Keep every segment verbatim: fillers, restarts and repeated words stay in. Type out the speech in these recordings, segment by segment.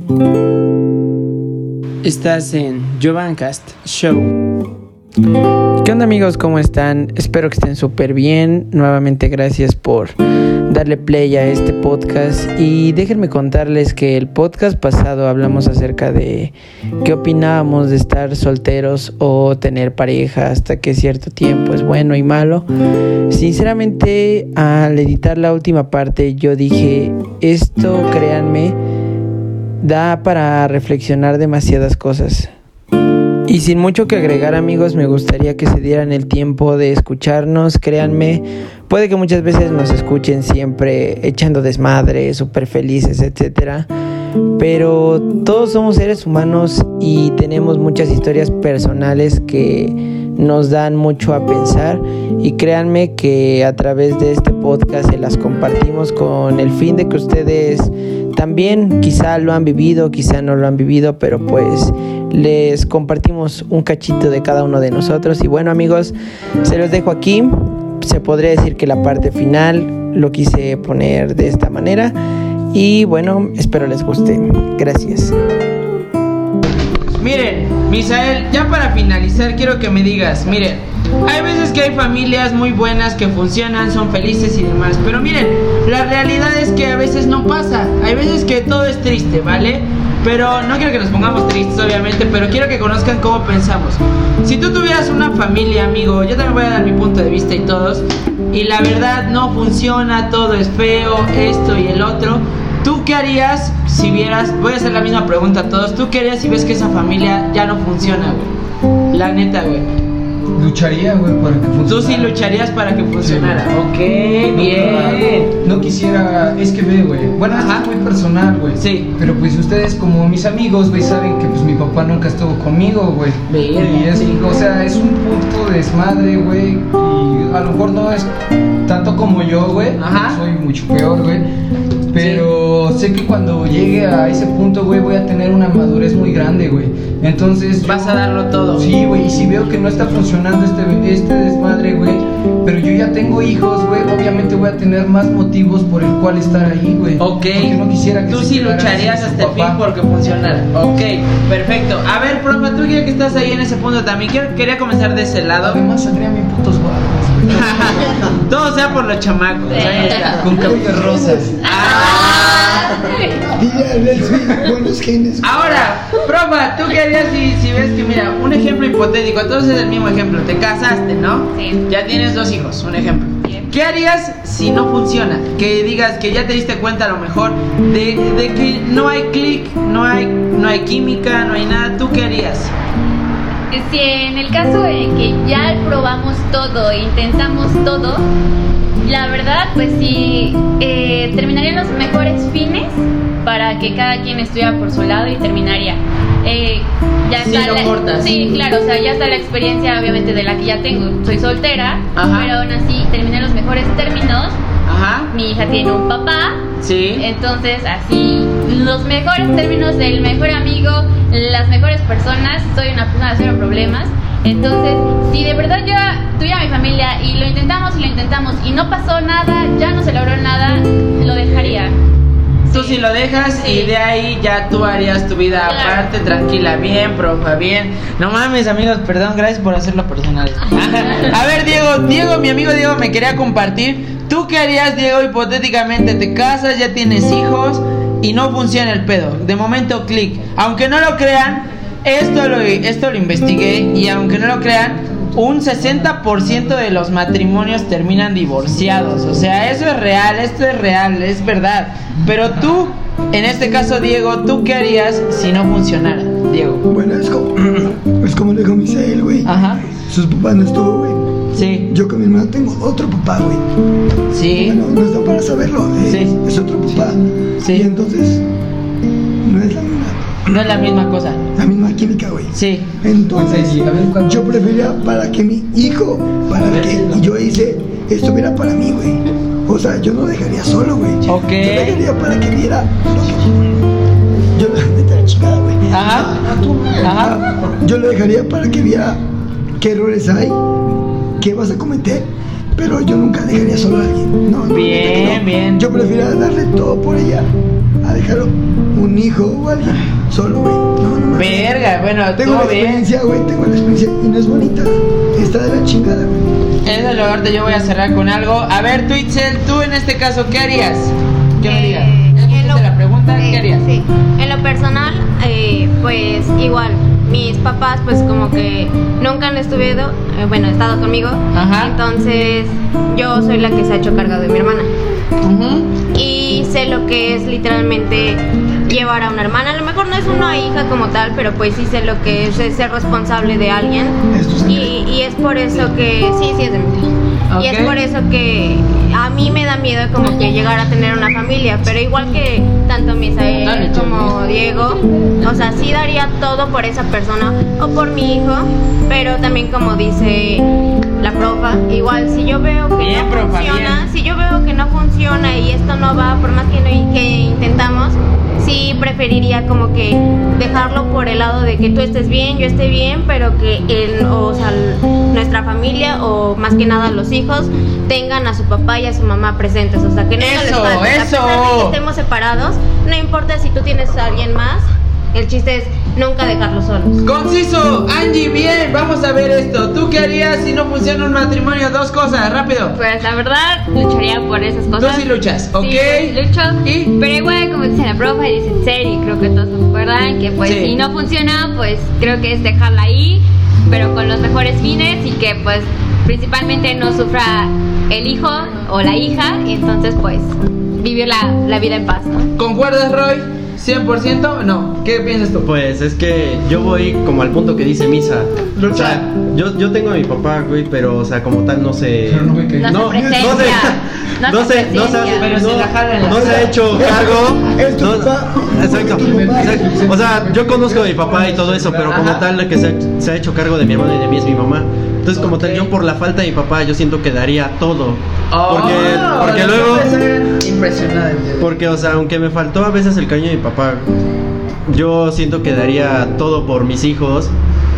Estás en Jovancast Show. ¿Qué onda, amigos? ¿Cómo están? Espero que estén súper bien. Nuevamente gracias por darle play a este podcast. Y déjenme contarles que el podcast pasado hablamos acerca de qué opinábamos de estar solteros o tener pareja, hasta qué cierto tiempo es bueno y malo. Sinceramente, al editar la última parte yo dije, esto, créanme, da para reflexionar demasiadas cosas. Y sin mucho que agregar, amigos, me gustaría que se dieran el tiempo de escucharnos. Créanme, puede que muchas veces nos escuchen siempre echando desmadre, súper felices, etcétera. Pero todos somos seres humanos y tenemos muchas historias personales que nos dan mucho a pensar. Y créanme que a través de este podcast se las compartimos con el fin de que ustedes también quizá lo han vivido, quizá no lo han vivido, pero pues les compartimos un cachito de cada uno de nosotros. Y bueno, amigos, se los dejo aquí. Se podría decir que la parte final lo quise poner de esta manera. Y bueno, espero les guste. Gracias. Miren, Misael, ya para finalizar quiero que me digas, miren, hay veces que hay familias muy buenas que funcionan, son felices y demás, pero miren, la realidad es que a veces no pasa, hay veces que todo es triste, ¿vale? Pero no quiero que nos pongamos tristes, obviamente, pero quiero que conozcan cómo pensamos. Si tú tuvieras una familia, amigo, yo también voy a dar mi punto de vista y todos, y la verdad no funciona, todo es feo, esto y el otro, ¿tú qué harías si vieras, voy a hacer la misma pregunta a todos, ¿tú qué harías si ves que esa familia ya no funciona, güey? La neta, güey. Lucharía, güey, para que funcionara. Tú sí lucharías para que funcionara. Sí. Ok, no, bien. No quisiera, es que ve, güey. Bueno, esto es muy personal, güey. Sí. Pero pues ustedes, como mis amigos, güey, saben que pues mi papá nunca estuvo conmigo, güey. Y es, sí. O sea, es un punto de desmadre, güey. Y a lo mejor no es tanto como yo, güey. Ajá. Soy mucho peor, güey. Pero sí. Sé que cuando llegue a ese punto, güey, voy a tener una madurez muy grande, güey. Entonces vas yo, a darlo todo. Sí, güey, y si veo que no está funcionando este, este desmadre, güey, pero yo ya tengo hijos, güey, obviamente voy a tener más motivos por el cual estar ahí, güey. Ok. Porque no quisiera que tú se sí lucharías hasta el fin porque funcionara. Ok, perfecto. A ver, profe, tú ya que estás ahí en ese punto también, quiero, quería comenzar de ese lado. Además saldrían bien putos guapos, güey. Todo sea por los chamacos. Ahí está. Con cabellos rosas. Buenos genes. Ahora, profa, ¿tú qué harías si, si ves que, mira, un ejemplo hipotético, entonces es el mismo ejemplo, te casaste, ¿no? Sí. Ya tienes dos hijos, un ejemplo. Bien. ¿Qué harías si no funciona? Que digas que ya te diste cuenta a lo mejor de, de que no hay clic, no hay, no hay química, no hay nada, ¿tú qué harías? Si en el caso de que ya probamos todo e intentamos todo, la verdad, pues sí, eh, terminarían los mejores fines para que cada quien estuviera por su lado y terminaría. Eh, ya sí, está lo la, cortas. Sí, claro, o sea, ya está la experiencia, obviamente, de la que ya tengo. Soy soltera, Ajá. pero aún así terminé en los mejores términos. Ajá. Mi hija tiene un papá. Sí. Entonces, así, los mejores términos, el mejor amigo, las mejores personas. Soy una persona de cero problemas. Entonces, si de verdad yo tuviera mi familia y lo intentamos y lo intentamos y no pasó nada, ya no se logró nada, lo dejaría. Tú sí lo dejas, sí. Y de ahí ya tú harías tu vida claro. Aparte, tranquila, bien, profa, bien. No mames, amigos, perdón, gracias por hacerlo personal. A ver, Diego, Diego, mi amigo Diego me quería compartir. ¿Tú qué harías, Diego, hipotéticamente? Te casas, ya tienes hijos y no funciona el pedo. De momento, clic. Aunque no lo crean, esto lo, esto lo investigué y aunque no lo crean, un sesenta por ciento de los matrimonios terminan divorciados. O sea, eso es real, esto es real, es verdad. Pero tú, en este caso, Diego, ¿tú qué harías si no funcionara, Diego? Bueno, es como, es como le dijo Misael, güey. Ajá. Sus papás no estuvo, güey. Sí. Yo con mi hermano tengo otro papá, güey. Sí. Bueno, no está para saberlo, eh, sí. Es otro papá. Sí. Y entonces, no es la misma. No es la misma cosa. La misma química, güey. Sí. Entonces, yo prefería para que mi hijo, para que yo hice, estuviera para mí, güey. O sea, yo no dejaría solo, güey. Ok. Yo dejaría para que viera lo que... Yo lo dejaría chingada, güey. Ajá. Ajá. Yo lo dejaría para que viera qué errores hay, qué vas a cometer. Pero yo nunca dejaría solo a alguien. No, no, bien, no. bien. Yo prefiero darle todo por ella a dejarlo un hijo o alguien solo, güey. No, no mames. Verga, bueno, Tengo la todo bien. experiencia, güey, tengo la experiencia y no es bonita. Está de la chingada, güey. En ese lugar yo voy a cerrar con algo. A ver, tú, Itzel, tú en este caso, ¿qué harías? ¿Qué me Eh, digas? en ¿Ya lo- la pregunta? eh, ¿Qué harías? Sí. En lo personal, eh, pues igual, mis papás pues como que nunca han estuvieron, eh, bueno, estado conmigo. Ajá. Entonces yo soy la que se ha hecho cargo de mi hermana. Ujú. Y sé lo que es literalmente llevar a una hermana. A lo mejor no es una hija como tal, pero pues sí sé lo que es, es ser responsable de alguien. ¿Es tu sangre? Y, y es por eso que, sí, sí es de mi tía. Y es Ok. por eso que a mí me da miedo como que llegar a tener una familia, pero igual que tanto Misael Dale, como Charlie. Diego, o sea, sí daría todo por esa persona o por mi hijo, pero también como dice la profa, igual si yo veo que Bien, no profa, funciona, bien. si yo veo que no funciona y esto no va, por más que, no, que intentamos, sí preferiría como que dejarlo por el lado de que tú estés bien, yo esté bien, pero que el, o sea, el- nuestra familia o más que nada los hijos tengan a su papá y a su mamá presentes, o sea, que no les Eso, falte. O sea, a eso. pesar de que estemos separados, no importa si tú tienes a alguien más, el chiste es nunca dejarlos solos. Conciso, Angie, bien, vamos a ver esto. ¿Tú qué harías si no funciona un matrimonio? Dos cosas, rápido. Pues la verdad, lucharía por esas Tú cosas. sí luchas, ¿ok? Sí, pues, lucho. ¿Y? Pero igual, como dice la profe, dice en serio, y creo que todos concuerdan que pues Sí. si no funciona, pues creo que es dejarla ahí, pero con los mejores fines y que pues principalmente no sufra el hijo o la hija, y entonces pues vivir la, la vida en paz, ¿no? ¿Concuerdas, Roy? ¿cien por ciento? No. ¿Qué piensas tú? Pues es que yo voy como al punto que dice Misa. Lucha. O sea, yo, yo tengo a mi papá, güey, pero o sea, como tal no sé. Pero no me caí. No, No, se presencia. no se, No no se se, no se, presencia. Pero se la jala en la no se ha hecho cargo. Es tu no- papá. Exacto, Es tu papá. exacto. O sea, yo conozco a mi papá y todo eso, pero como Ajá. tal la que se, ha- se ha hecho cargo de mi hermano y de mí es mi mamá. Entonces, como tal, Ok. yo por la falta de mi papá, yo siento que daría todo. Porque, Oh, porque la luego, puede ser impresionante. porque, o sea, aunque me faltó a veces el cariño de mi papá, yo siento que daría todo por mis hijos.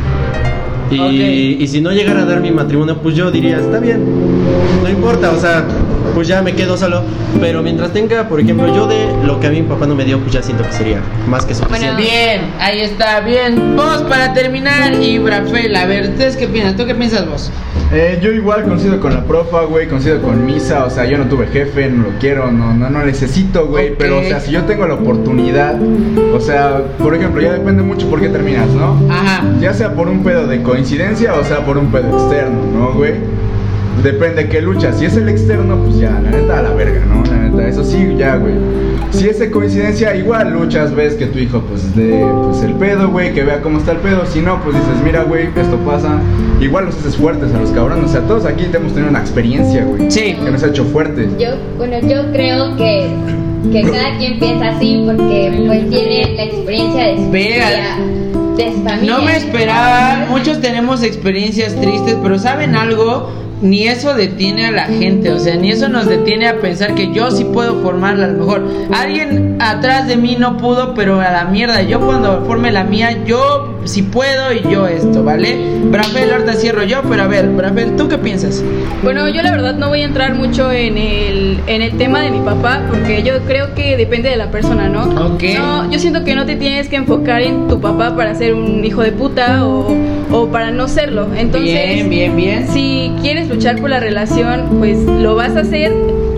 Y, Ok. y si no llegara a dar mi matrimonio, pues yo diría, está bien, no importa, o sea, pues ya me quedo solo. Pero mientras tenga, por ejemplo, yo de lo que a mí mi papá no me dio, pues ya siento que sería más que suficiente. Bien, ahí está, bien. Vos para terminar y Brafel, a ver, ¿ustedes qué piensan? ¿Tú qué piensas vos? Eh, yo igual coincido con la profa, güey, coincido con Misa, o sea, yo no tuve jefe, no lo quiero, no, no, no necesito, güey, Ok. pero, o sea, si yo tengo la oportunidad, o sea, por ejemplo, ya depende mucho por qué terminas, ¿no? Ajá. Ya sea por un pedo de coincidencia o sea por un pedo externo, ¿no, güey? Depende de qué luchas. Si es el externo, pues ya, la neta, a la verga, ¿no? La neta, eso sí, ya, güey. Si es de coincidencia, igual luchas, ves que tu hijo, pues, de, pues, el pedo, güey, que vea cómo está el pedo. Si no, pues dices, mira, güey, esto pasa. Igual los haces fuertes a los cabrones. O sea, todos aquí hemos tenido una experiencia, güey. Sí. Que nos ha hecho fuertes. Yo, bueno, yo creo que, que cada quien piensa así porque pues tiene la experiencia de su, Vea. familia, de su familia. No me esperaba, muchos tenemos experiencias tristes, pero ¿saben algo? Ni eso detiene a la gente, o sea, ni eso nos detiene a pensar que yo sí puedo formarla a lo mejor. Alguien atrás de mí no pudo, pero a la mierda, yo cuando forme la mía, yo sí puedo y yo esto, ¿vale? Brafel, ahorita cierro yo, pero a ver, Brafel, ¿tú qué piensas? Bueno, yo la verdad no voy a entrar mucho en el, en el tema de mi papá, porque yo creo que depende de la persona, ¿no? Ok. No, yo siento que no te tienes que enfocar en tu papá para ser un hijo de puta o, o para no serlo. Entonces, Bien, bien, bien. si quieres luchar por la relación, pues lo vas a hacer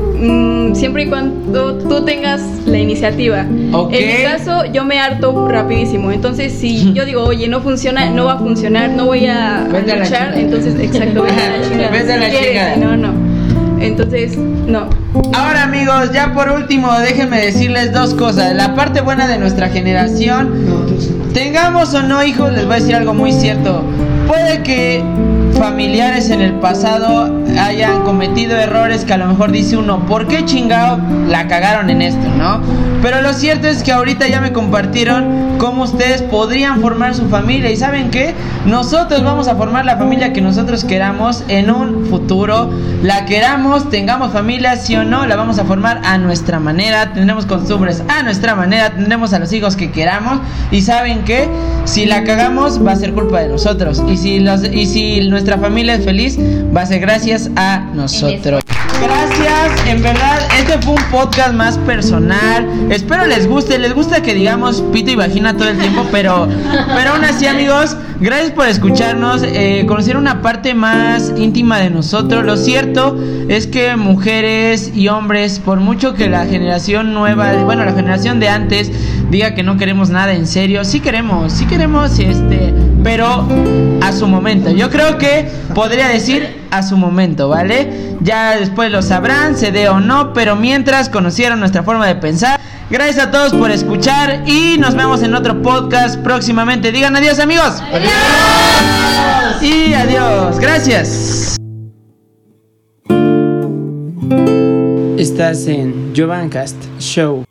mm, siempre y cuando tú tengas la iniciativa. Ok. En mi caso, yo me harto rapidísimo. Entonces, si yo digo, oye, no funciona, no va a funcionar, no voy a, a Vete a la luchar, chingada. entonces, exacto, vete a la chingada. Vete a la Si quieres, chingada. si no, no. Entonces, no. Ahora amigos, ya por último, déjenme decirles dos cosas. La parte buena de nuestra generación, No, tú sí. tengamos o no hijos, les voy a decir algo muy cierto. Puede que familiares en el pasado hayan cometido errores que a lo mejor dice uno, ¿por qué chingado la cagaron en esto, no? Pero lo cierto es que ahorita ya me compartieron cómo ustedes podrían formar su familia. ¿Y saben qué? Nosotros vamos a formar la familia que nosotros queramos en un futuro. La queramos, tengamos familia, sí o no, la vamos a formar a nuestra manera. Tendremos costumbres a nuestra manera, tendremos a los hijos que queramos. Y ¿saben qué? Si la cagamos va a ser culpa de nosotros. Y si, los, y si nuestra familia es feliz, va a ser gracias a nosotros. Gracias, en verdad, este fue un podcast más personal. Espero les guste, les gusta que digamos pito y vagina todo el tiempo, pero, pero aún así, amigos, gracias por escucharnos, eh, conocer una parte más íntima de nosotros. Lo cierto es que mujeres y hombres, por mucho que la generación nueva, bueno, la generación de antes diga que no queremos nada en serio, sí queremos, sí queremos, este, pero a su momento. Yo creo que podría decir a su momento, ¿vale? Ya después lo sabrán, se dé o no, pero mientras conocieron nuestra forma de pensar. Gracias a todos por escuchar y nos vemos en otro podcast próximamente. Digan adiós, amigos. Adiós. Y adiós. Gracias. Estás en Jovancast Show.